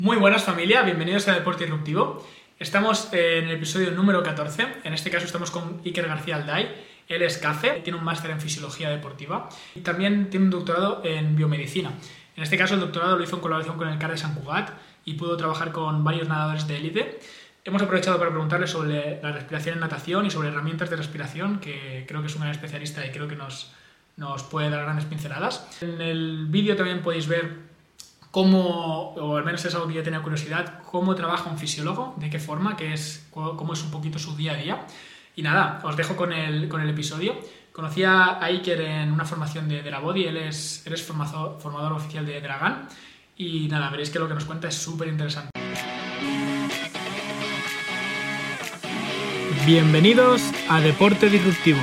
Muy buenas familia, bienvenidos a Deporte Disruptivo. Estamos en el episodio número 14, en este caso estamos con Iker García Alday. Él es CAFE, tiene un máster en Fisiología Deportiva y también tiene un doctorado en Biomedicina. En este caso el doctorado lo hizo en colaboración con el CAR de Sant Cugat y pudo trabajar con varios nadadores de élite. Hemos aprovechado para preguntarle sobre la respiración en natación y sobre herramientas de respiración, que creo que es una especialista y creo que nos puede dar grandes pinceladas. En el vídeo también podéis ver cómo, o al menos es algo que yo tenía curiosidad, cómo trabaja un fisiólogo, de qué forma, cómo es un poquito su día a día. Y nada, os dejo con el episodio. Conocí a Iker en una formación de la Body, él es formador oficial de Dragán. Y nada, veréis que lo que nos cuenta es súper interesante. Bienvenidos a Deporte Disruptivo.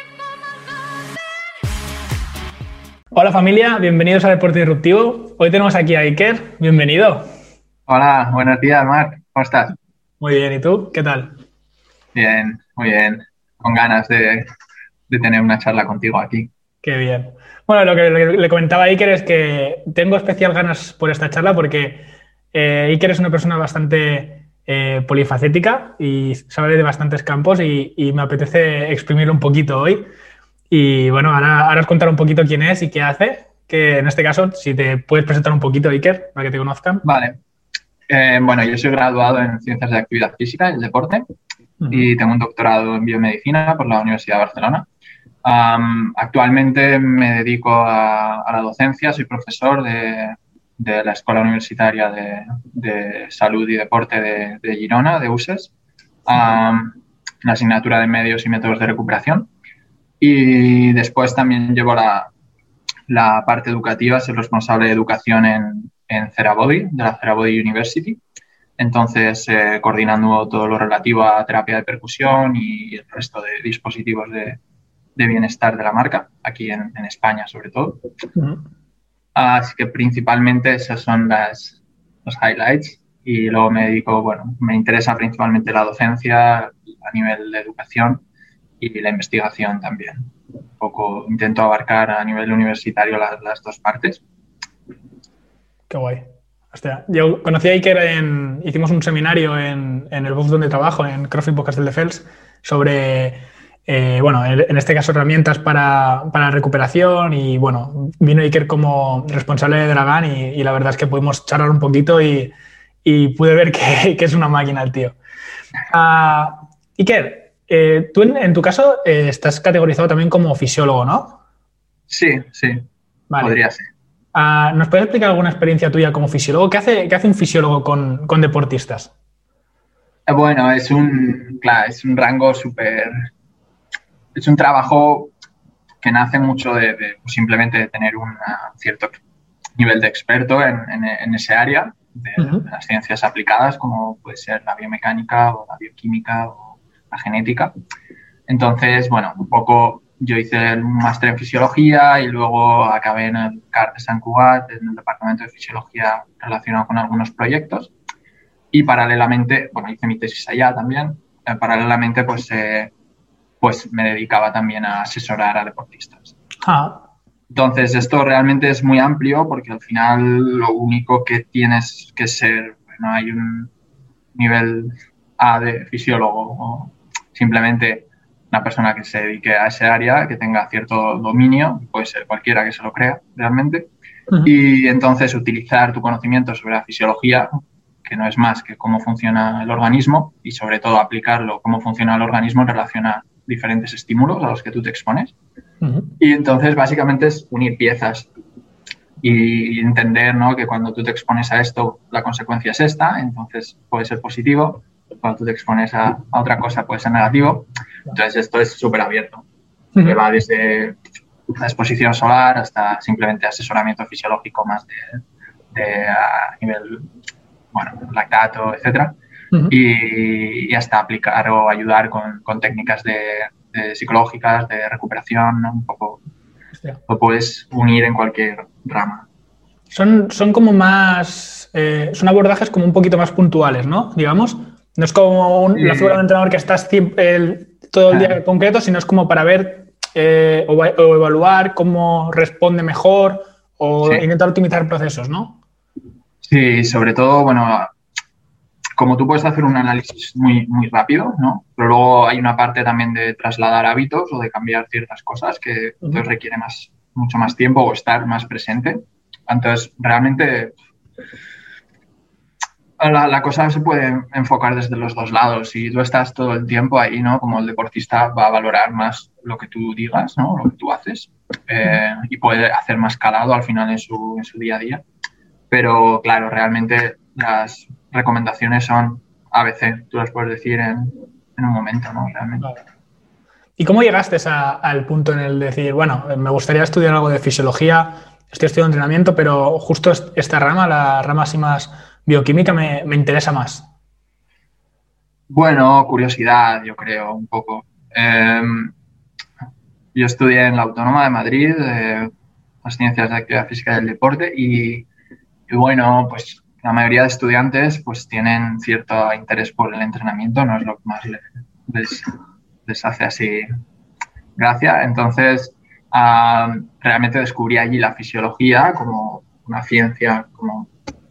Hola familia, bienvenidos a Deporte Disruptivo. Hoy tenemos aquí a Iker, bienvenido. Hola, buenos días, Marc. ¿Cómo estás? Muy bien, ¿y tú? ¿Qué tal? Bien, muy bien. Con ganas de tener una charla contigo aquí. Qué bien. Bueno, lo que le comentaba a Iker es que tengo especial ganas por esta charla porque Iker es una persona bastante polifacética y sabe de bastantes campos y me apetece exprimirlo un poquito hoy. Y bueno, ahora os contaré un poquito quién es y qué hace, que en este caso, si te puedes presentar un poquito, Iker, para que te conozcan. Vale. Bueno, yo soy graduado en Ciencias de Actividad Física y el Deporte y tengo un doctorado en Biomedicina por la Universidad de Barcelona. Actualmente me dedico a la docencia, soy profesor de la Escuela Universitaria de Salud y Deporte de Girona, de USES, la asignatura de Medios y Métodos de Recuperación. Y después también llevo la parte educativa, soy responsable de educación en Therabody, de la Therabody University. Entonces, coordinando todo lo relativo a terapia de percusión y el resto de dispositivos de bienestar de la marca, aquí en España sobre todo. Así que principalmente esos son los highlights. Y luego me interesa principalmente la docencia a nivel de educación y la investigación también. Un poco intento abarcar a nivel universitario las dos partes. Qué guay. Hostia, yo conocí a Iker hicimos un seminario en el box donde trabajo, en CrossFit Castelldefels, sobre, en este caso herramientas para la recuperación y bueno, vino Iker como responsable de Dragán y la verdad es que pudimos charlar un poquito y pude ver que es una máquina el tío. Iker, tú en tu caso estás categorizado también como fisiólogo, ¿no? Sí, vale. Podría ser. ¿Nos puedes explicar alguna experiencia tuya como fisiólogo? ¿Qué hace un fisiólogo con deportistas? Bueno, es un rango súper... Es un trabajo que nace mucho simplemente de tener un cierto nivel de experto en ese área de las ciencias aplicadas, como puede ser la biomecánica o la bioquímica o la genética. Entonces, bueno, un poco yo hice un máster en fisiología y luego acabé en el CAR de Sant Cugat, en el departamento de fisiología relacionado con algunos proyectos. Y paralelamente, bueno, hice mi tesis allá también. Paralelamente, pues me dedicaba también a asesorar a deportistas. Entonces, esto realmente es muy amplio porque al final lo único que tienes que ser, no hay un nivel A de fisiólogo o simplemente una persona que se dedique a ese área, que tenga cierto dominio, puede ser cualquiera que se lo crea realmente, y entonces utilizar tu conocimiento sobre la fisiología, que no es más que cómo funciona el organismo, y sobre todo aplicarlo, cómo funciona el organismo en relación a diferentes estímulos a los que tú te expones. Y entonces básicamente es unir piezas y entender, ¿no?, que cuando tú te expones a esto, la consecuencia es esta, entonces puede ser positivo. Cuando tú te expones a otra cosa puede ser negativo. Entonces esto es súper abierto. Que va desde la exposición solar hasta simplemente asesoramiento fisiológico más a nivel, lactato, etcétera. Y hasta aplicar o ayudar con técnicas de psicológicas, de recuperación, ¿no? Un poco lo puedes unir en cualquier rama. Son como más... son abordajes como un poquito más puntuales, ¿no? Digamos. No es como la figura de un entrenador que estás todo el día en concreto, sino es como para ver o evaluar cómo responde mejor o intentar optimizar procesos, ¿no? Sí, sobre todo, bueno, como tú puedes hacer un análisis muy rápido, ¿no? Pero luego hay una parte también de trasladar hábitos o de cambiar ciertas cosas que entonces requiere mucho más tiempo o estar más presente. Entonces, realmente la cosa se puede enfocar desde los dos lados. Si tú estás todo el tiempo ahí, ¿no? Como el deportista va a valorar más lo que tú digas, ¿no? Lo que tú haces y puede hacer más calado al final en su día a día. Pero, claro, realmente las recomendaciones son ABC. Tú las puedes decir en un momento, ¿no? Realmente. ¿Y cómo llegaste al punto en el decir, bueno, me gustaría estudiar algo de fisiología, estoy estudiando entrenamiento, pero justo esta rama, la rama así más bioquímica, me interesa más? Bueno, curiosidad, yo creo, un poco. Yo estudié en la Autónoma de Madrid, las ciencias de actividad física y del deporte, y bueno, pues la mayoría de estudiantes pues tienen cierto interés por el entrenamiento, no es lo que más les, les hace así gracia. Entonces, realmente descubrí allí la fisiología como una ciencia como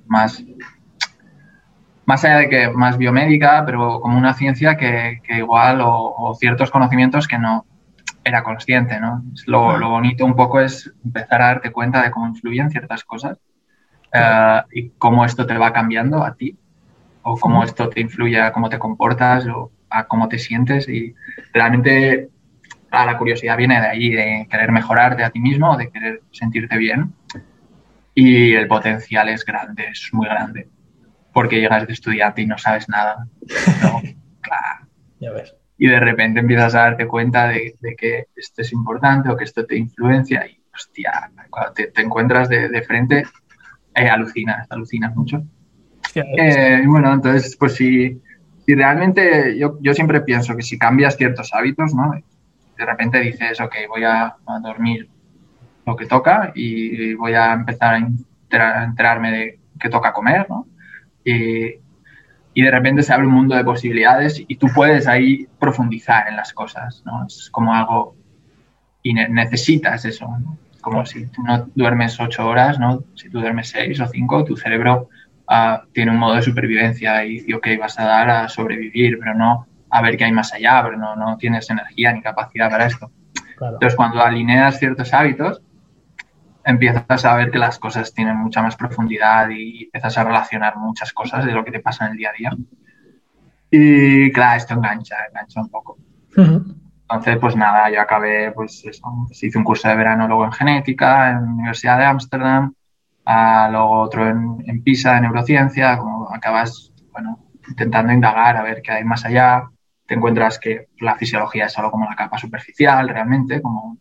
más allá de que más biomédica, pero como una ciencia que igual o ciertos conocimientos que no era consciente, ¿no? Lo bonito un poco es empezar a darte cuenta de cómo influyen ciertas cosas y cómo esto te va cambiando a ti o cómo esto te influye a cómo te comportas o a cómo te sientes y realmente la curiosidad viene de ahí, de querer mejorarte a ti mismo, de querer sentirte bien y el potencial es grande, es muy grande porque llegas de estudiante y no sabes nada, ¿no? Claro. Ya ves. Y de repente empiezas a darte cuenta de que esto es importante o que esto te influencia y, hostia, cuando te encuentras de frente, alucinas mucho. Hostia, Y bueno, entonces, pues si realmente yo siempre pienso que si cambias ciertos hábitos, ¿no? De repente dices, ok, voy a dormir lo que toca y voy a empezar a enterarme de qué toca comer, ¿no? Y de repente se abre un mundo de posibilidades y tú puedes ahí profundizar en las cosas, ¿no? Es como algo y necesitas eso, ¿no? Como si tú no duermes 8 horas, ¿no? Si tú duermes 6 o 5, tu cerebro tiene un modo de supervivencia y ok, vas a dar a sobrevivir, pero no a ver qué hay más allá, pero no tienes energía ni capacidad para esto. claro. Entonces, cuando alineas ciertos hábitos, empiezas a ver que las cosas tienen mucha más profundidad y empiezas a relacionar muchas cosas de lo que te pasa en el día a día. Y claro, esto engancha un poco. Entonces, pues nada, yo acabé, pues eso, hice un curso de verano luego en genética en la Universidad de Ámsterdam, luego otro en PISA, de neurociencia, como acabas, bueno, intentando indagar a ver qué hay más allá, te encuentras que la fisiología es solo como la capa superficial, realmente, como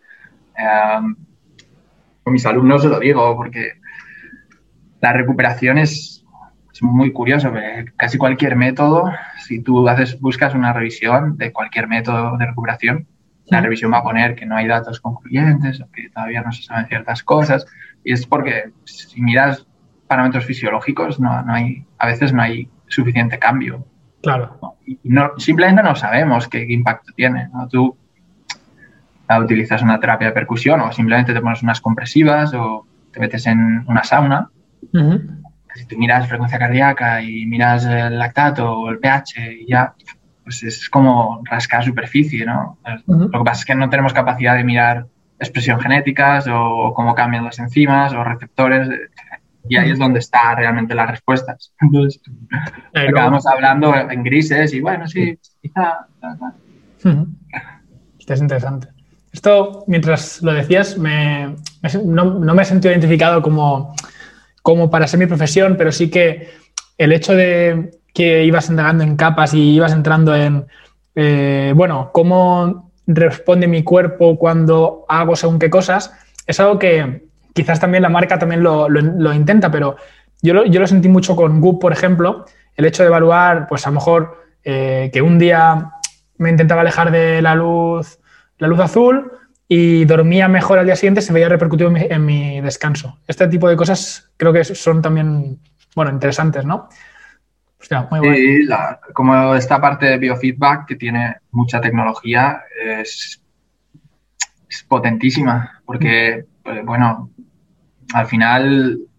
con mis alumnos lo digo, porque la recuperación es muy curioso, porque casi cualquier método, si tú buscas una revisión de cualquier método de recuperación, la revisión va a poner que no hay datos concluyentes o que todavía no se saben ciertas cosas. Y es porque si miras parámetros fisiológicos, a veces no hay suficiente cambio. Claro. Y simplemente no sabemos qué impacto tiene, ¿no? Tú utilizas una terapia de percusión o simplemente te pones unas compresivas o te metes en una sauna. Si tú miras frecuencia cardíaca y miras el lactato o el pH y ya, pues es como rascar superficie, ¿no? Lo que pasa es que no tenemos capacidad de mirar expresión genéticas o cómo cambian las enzimas o receptores y ahí es donde están realmente las respuestas. Entonces, acabamos hablando en grises y bueno, sí, quizá. Esto es interesante. Esto, mientras lo decías, no me he sentido identificado como para ser mi profesión, pero sí que el hecho de que ibas indagando en capas y ibas entrando en, bueno, cómo responde mi cuerpo cuando hago según qué cosas, es algo que quizás también la marca también lo intenta, pero yo lo sentí mucho con Goop, por ejemplo, el hecho de evaluar, pues a lo mejor que un día me intentaba alejar de la luz azul y dormía mejor al día siguiente, se veía repercutido en mi descanso. Este tipo de cosas creo que son también, bueno, interesantes, ¿no? Hostia, muy guay. Y como esta parte de biofeedback que tiene mucha tecnología es potentísima porque, bueno, al final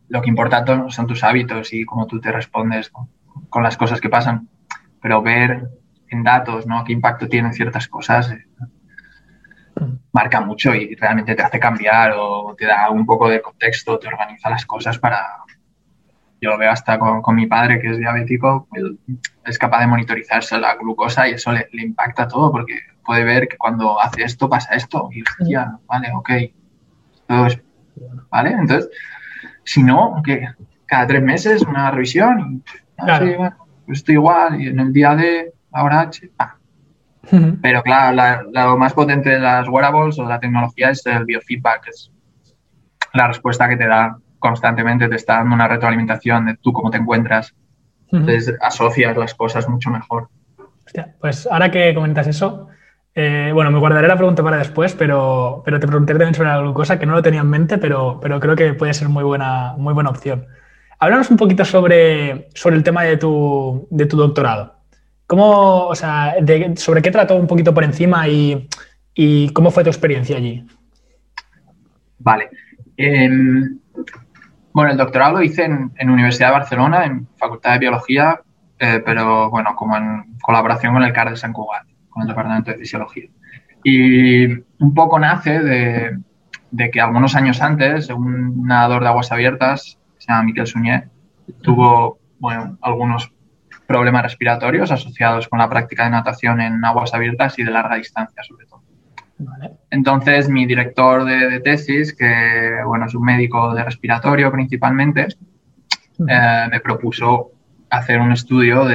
lo que importa son tus hábitos y cómo tú te respondes, ¿no?, con las cosas que pasan. Pero ver en datos, ¿no?, qué impacto tienen ciertas cosas marca mucho y realmente te hace cambiar o te da un poco de contexto, te organiza las cosas para... Yo lo veo hasta con mi padre, que es diabético, él es capaz de monitorizarse la glucosa y eso le impacta todo porque puede ver que cuando hace esto pasa esto y hostia, vale, ok, todo es, ¿vale? Entonces, si no, que cada 3 meses una revisión y Claro. sí, bueno, pues estoy igual y en el día de la hora H, Pero claro, lo más potente de las wearables o la tecnología es el biofeedback, es la respuesta que te da constantemente, te está dando una retroalimentación de tú cómo te encuentras. Entonces asocias las cosas mucho mejor. Hostia, pues ahora que comentas eso, bueno, me guardaré la pregunta para después, pero te pregunté también sobre la glucosa, que no lo tenía en mente, pero creo que puede ser muy buena opción. Háblanos un poquito sobre el tema de tu doctorado. ¿Cómo, o sea, sobre qué trató un poquito por encima y cómo fue tu experiencia allí? Vale. Bueno, el doctorado lo hice en Universidad de Barcelona, en Facultad de Biología, pero bueno, como en colaboración con el CAR de Sant Cugat, con el Departamento de Fisiología. Y un poco nace de que algunos años antes, un nadador de aguas abiertas, que se llama Miquel Sunyer, tuvo, bueno, algunos problemas respiratorios asociados con la práctica de natación en aguas abiertas y de larga distancia, sobre todo. Vale. Entonces, mi director de tesis, que bueno, es un médico de respiratorio principalmente, me propuso hacer un estudio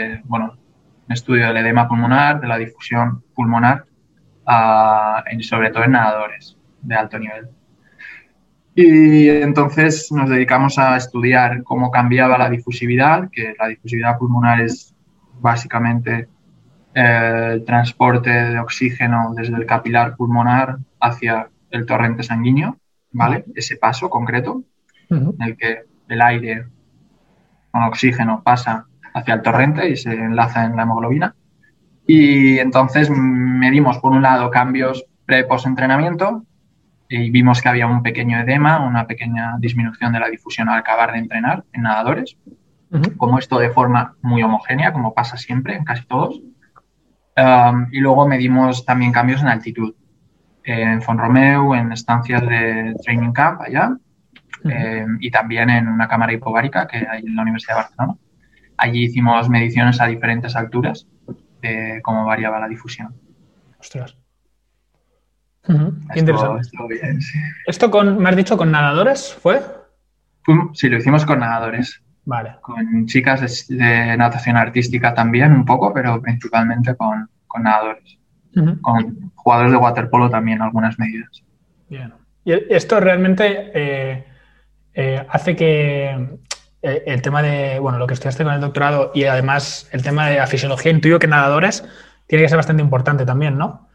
del edema pulmonar, de la difusión pulmonar, sobre todo en nadadores de alto nivel. Y entonces nos dedicamos a estudiar cómo cambiaba la difusividad, que la difusividad pulmonar es básicamente el transporte de oxígeno desde el capilar pulmonar hacia el torrente sanguíneo, ¿vale? Ese paso concreto en el que el aire con oxígeno pasa hacia el torrente y se enlaza en la hemoglobina. Y entonces medimos, por un lado, cambios pre- y post-entrenamiento y vimos que había un pequeño edema, una pequeña disminución de la difusión al acabar de entrenar en nadadores, como esto de forma muy homogénea, como pasa siempre en casi todos. Y luego medimos también cambios en altitud, en Font-Romeu, en estancias de training camp allá, y también en una cámara hipovárica que hay en la Universidad de Barcelona. Allí hicimos mediciones a diferentes alturas de cómo variaba la difusión. Ostras. Qué interesante. Estuvo bien, sí. ¿Esto me has dicho, con nadadores fue? Sí, lo hicimos con nadadores. Vale. Con chicas de natación artística también un poco, pero principalmente con nadadores. Con jugadores de waterpolo también algunas medidas. Bien. Y esto realmente hace que el tema de, bueno, lo que estudiaste con el doctorado y además el tema de la fisiología, intuyo que nadadores tiene que ser bastante importante también, ¿no?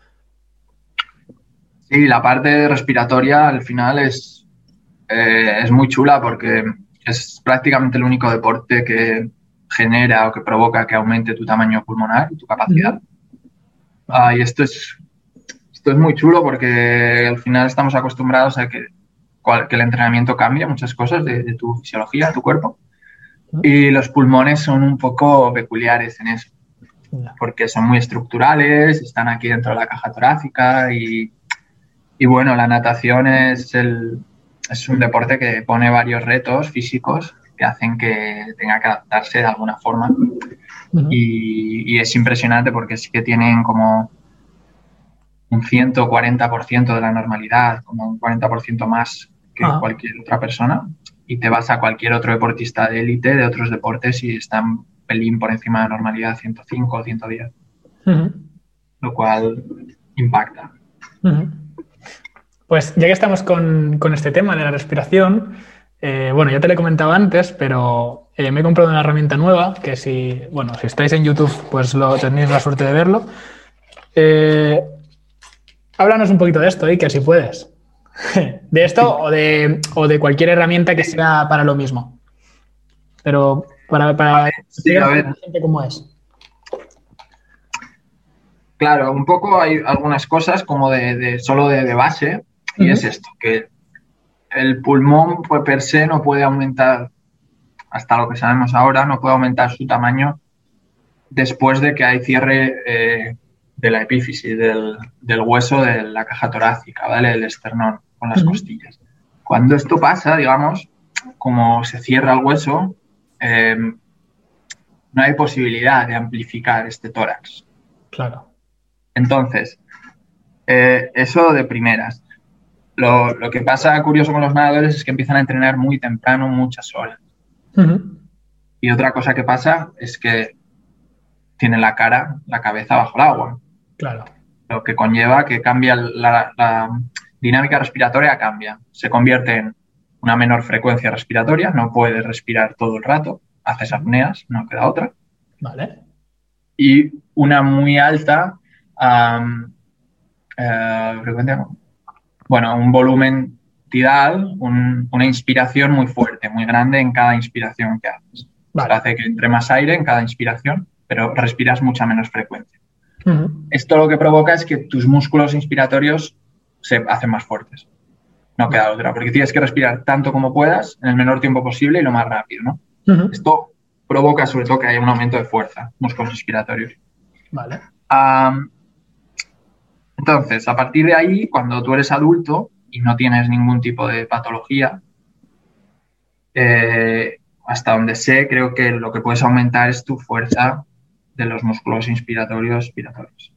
Sí, la parte respiratoria al final es muy chula porque es prácticamente el único deporte que genera o que provoca que aumente tu tamaño pulmonar y tu capacidad. Y esto es muy chulo porque al final estamos acostumbrados a que el entrenamiento cambia muchas cosas de tu fisiología, de tu cuerpo. Y los pulmones son un poco peculiares en eso, porque son muy estructurales, están aquí dentro de la caja torácica y bueno, la natación es un deporte que pone varios retos físicos que hacen que tenga que adaptarse de alguna forma. Y es impresionante porque sí que tienen como un 140% de la normalidad, como un 40% más que cualquier otra persona. Y te vas a cualquier otro deportista de élite de otros deportes y están un pelín por encima de la normalidad, 105 o 110. Lo cual impacta. Pues ya que estamos con este tema de la respiración, bueno, ya te lo he comentado antes, pero me he comprado una herramienta nueva que si estáis en YouTube, pues tenéis la suerte de verlo. Háblanos un poquito de esto, Iker, si puedes. De esto o de cualquier herramienta que sea para lo mismo. Pero para sí, a ver, gente cómo es. Claro, un poco hay algunas cosas como solo de base, y es esto, que el pulmón, pues per se, no puede aumentar, hasta lo que sabemos ahora, no puede aumentar su tamaño después de que hay cierre de la epífisis, del hueso de la caja torácica, ¿vale? El esternón con las costillas. Cuando esto pasa, digamos, como se cierra el hueso, no hay posibilidad de amplificar este tórax. Claro. Entonces, eso de primeras. Lo que pasa curioso con los nadadores es que empiezan a entrenar muy temprano, muchas horas. Y otra cosa que pasa es que tienen la cabeza bajo el agua. Claro. Lo que conlleva que cambia la dinámica respiratoria, cambia. Se convierte en una menor frecuencia respiratoria, no puedes respirar todo el rato, haces apneas, no queda otra. Vale. Y una muy alta frecuencia, bueno, un volumen tidal, una inspiración muy fuerte, muy grande en cada inspiración que haces. Vale. Hace que entre más aire en cada inspiración, pero respiras mucha menos frecuencia. Esto lo que provoca es que tus músculos inspiratorios se hacen más fuertes. No queda otra, porque tienes que respirar tanto como puedas en el menor tiempo posible y lo más rápido, ¿no? Esto provoca sobre todo que haya un aumento de fuerza, músculos inspiratorios. Vale. Entonces, a partir de ahí, cuando tú eres adulto y no tienes ningún tipo de patología, hasta donde sé, creo que lo que puedes aumentar es tu fuerza de los músculos inspiratorios, expiratorios.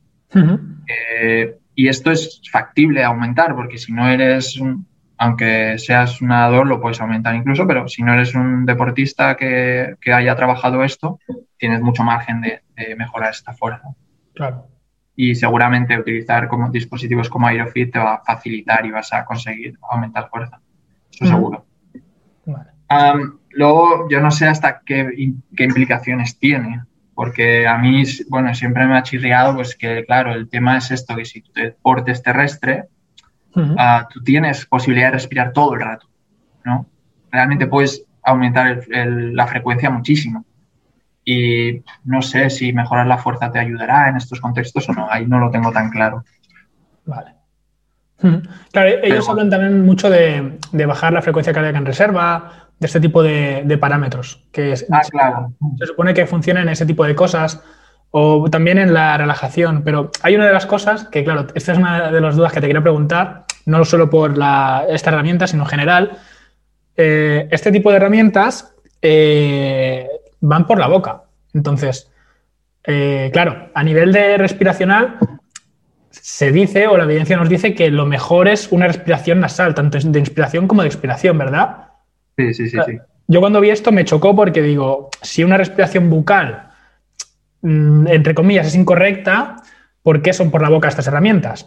Y esto es factible aumentar, porque si no eres, aunque seas un nadador, lo puedes aumentar incluso, pero si no eres un deportista que haya trabajado esto, tienes mucho margen de mejorar esta fuerza. Claro. Y seguramente utilizar como dispositivos como Aerofit te va a facilitar y vas a conseguir aumentar fuerza. Eso seguro. Vale. Luego, yo no sé hasta qué implicaciones tiene, porque a mí, bueno, siempre me ha chirriado pues que, claro, el tema es esto, que si tu deporte es terrestre, tú tienes posibilidad de respirar todo el rato, ¿no? Realmente puedes aumentar la frecuencia muchísimo. Y no sé si mejorar la fuerza te ayudará en estos contextos o no. Ahí no lo tengo tan claro. Vale. Claro, ellos hablan también mucho de bajar la frecuencia cardíaca en reserva, de este tipo de parámetros. Claro. Se supone que funcionan en ese tipo de cosas, o también en la relajación. Pero hay una de las cosas que, claro, esta es una de las dudas que te quería preguntar, no solo por esta herramienta, sino en general. Este tipo de herramientas van por la boca. Entonces, claro, a nivel de respiracional se dice, o la evidencia nos dice, que lo mejor es una respiración nasal, tanto de inspiración como de expiración, ¿verdad? Sí. Yo cuando vi esto me chocó porque digo, si una respiración bucal, entre comillas, es incorrecta, ¿por qué son por la boca estas herramientas?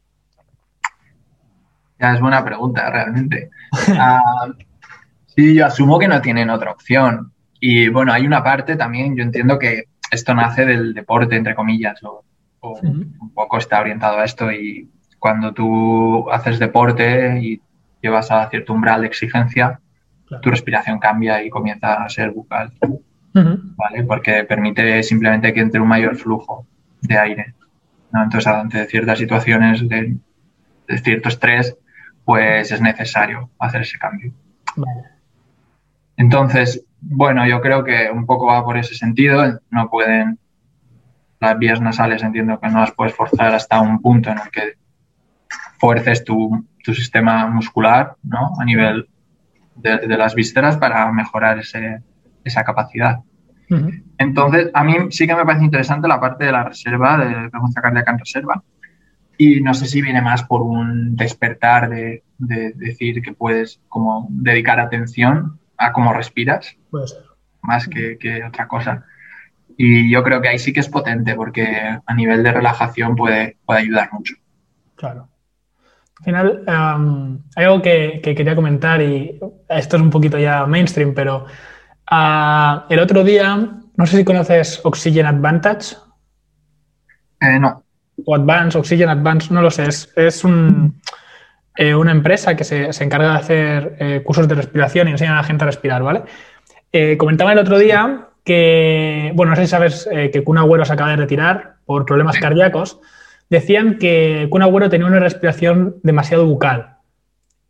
Ya es buena pregunta, realmente. Sí, yo asumo que no tienen otra opción. Y bueno, hay una parte también, yo entiendo que esto nace del deporte, entre comillas, o un poco está orientado a esto, y cuando tú haces deporte y llevas a cierto umbral de exigencia, claro, tu respiración cambia y comienza a ser bucal, ¿vale? Porque permite simplemente que entre un mayor flujo de aire, ¿no? Entonces, ante ciertas situaciones de cierto estrés, pues es necesario hacer ese cambio. Vale. Entonces, bueno, yo creo que un poco va por ese sentido. No pueden, las vías nasales entiendo que no las puedes forzar hasta un punto en el que fuerces tu sistema muscular, ¿no? A nivel de las vísceras para mejorar esa capacidad. Entonces, a mí sí que me parece interesante la parte de la reserva, de frecuencia cardíaca en reserva. Y no sé si viene más por un despertar de decir que puedes como dedicar atención a cómo respiras, puede ser, más que otra cosa. Y yo creo que ahí sí que es potente, porque a nivel de relajación puede ayudar mucho. Claro. Al final, hay algo que quería comentar, y esto es un poquito ya mainstream, pero el otro día, no sé si conoces Oxygen Advantage. No. O Advance, Oxygen Advance, no lo sé. Es una empresa que se encarga de hacer cursos de respiración y enseñan a la gente a respirar, ¿vale? Comentaba el otro día que, bueno, no sé si sabes que Kun Agüero se acaba de retirar por problemas cardíacos. Decían que Kun Agüero tenía una respiración demasiado bucal.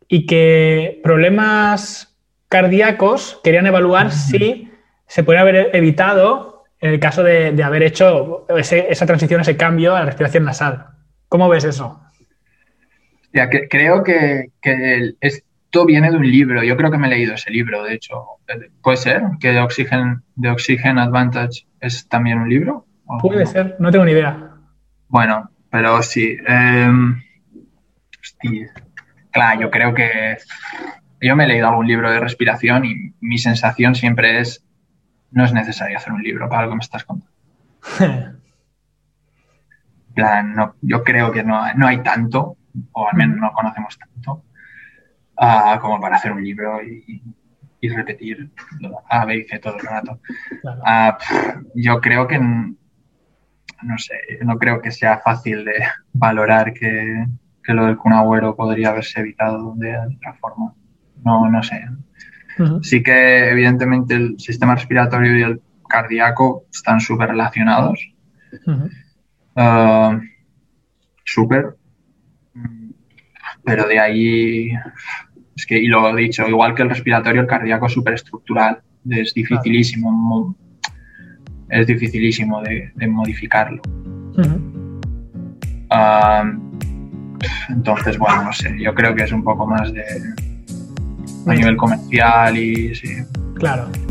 y que problemas cardíacos querían evaluar si se puede haber evitado en el caso de haber hecho esa transición, ese cambio a la respiración nasal. ¿Cómo ves eso? Ya, creo que esto viene de un libro. Yo creo que me he leído ese libro, de hecho. ¿Puede ser que The Oxygen Advantage es también un libro? Puede ser, no tengo ni idea. Bueno, pero sí. Hostia. Claro, yo creo que yo me he leído algún libro de respiración y mi sensación siempre es no es necesario hacer un libro para lo que me estás contando. En plan, no, yo creo que no hay tanto, o al menos no conocemos tanto, como para hacer un libro y repetir A, B y C todo el rato. Claro. Yo creo que, no sé, no creo que sea fácil de valorar que lo del Kun Agüero podría haberse evitado de otra forma. No sé. Uh-huh. Sí que evidentemente el sistema respiratorio y el cardíaco están súper relacionados. Uh-huh. Súper. Pero de ahí, es que, y lo he dicho, igual que el respiratorio, el cardíaco es súper estructural. Es dificilísimo, de modificarlo. Uh-huh. Entonces, bueno, no sé, yo creo que es un poco más a nivel comercial y sí. Claro.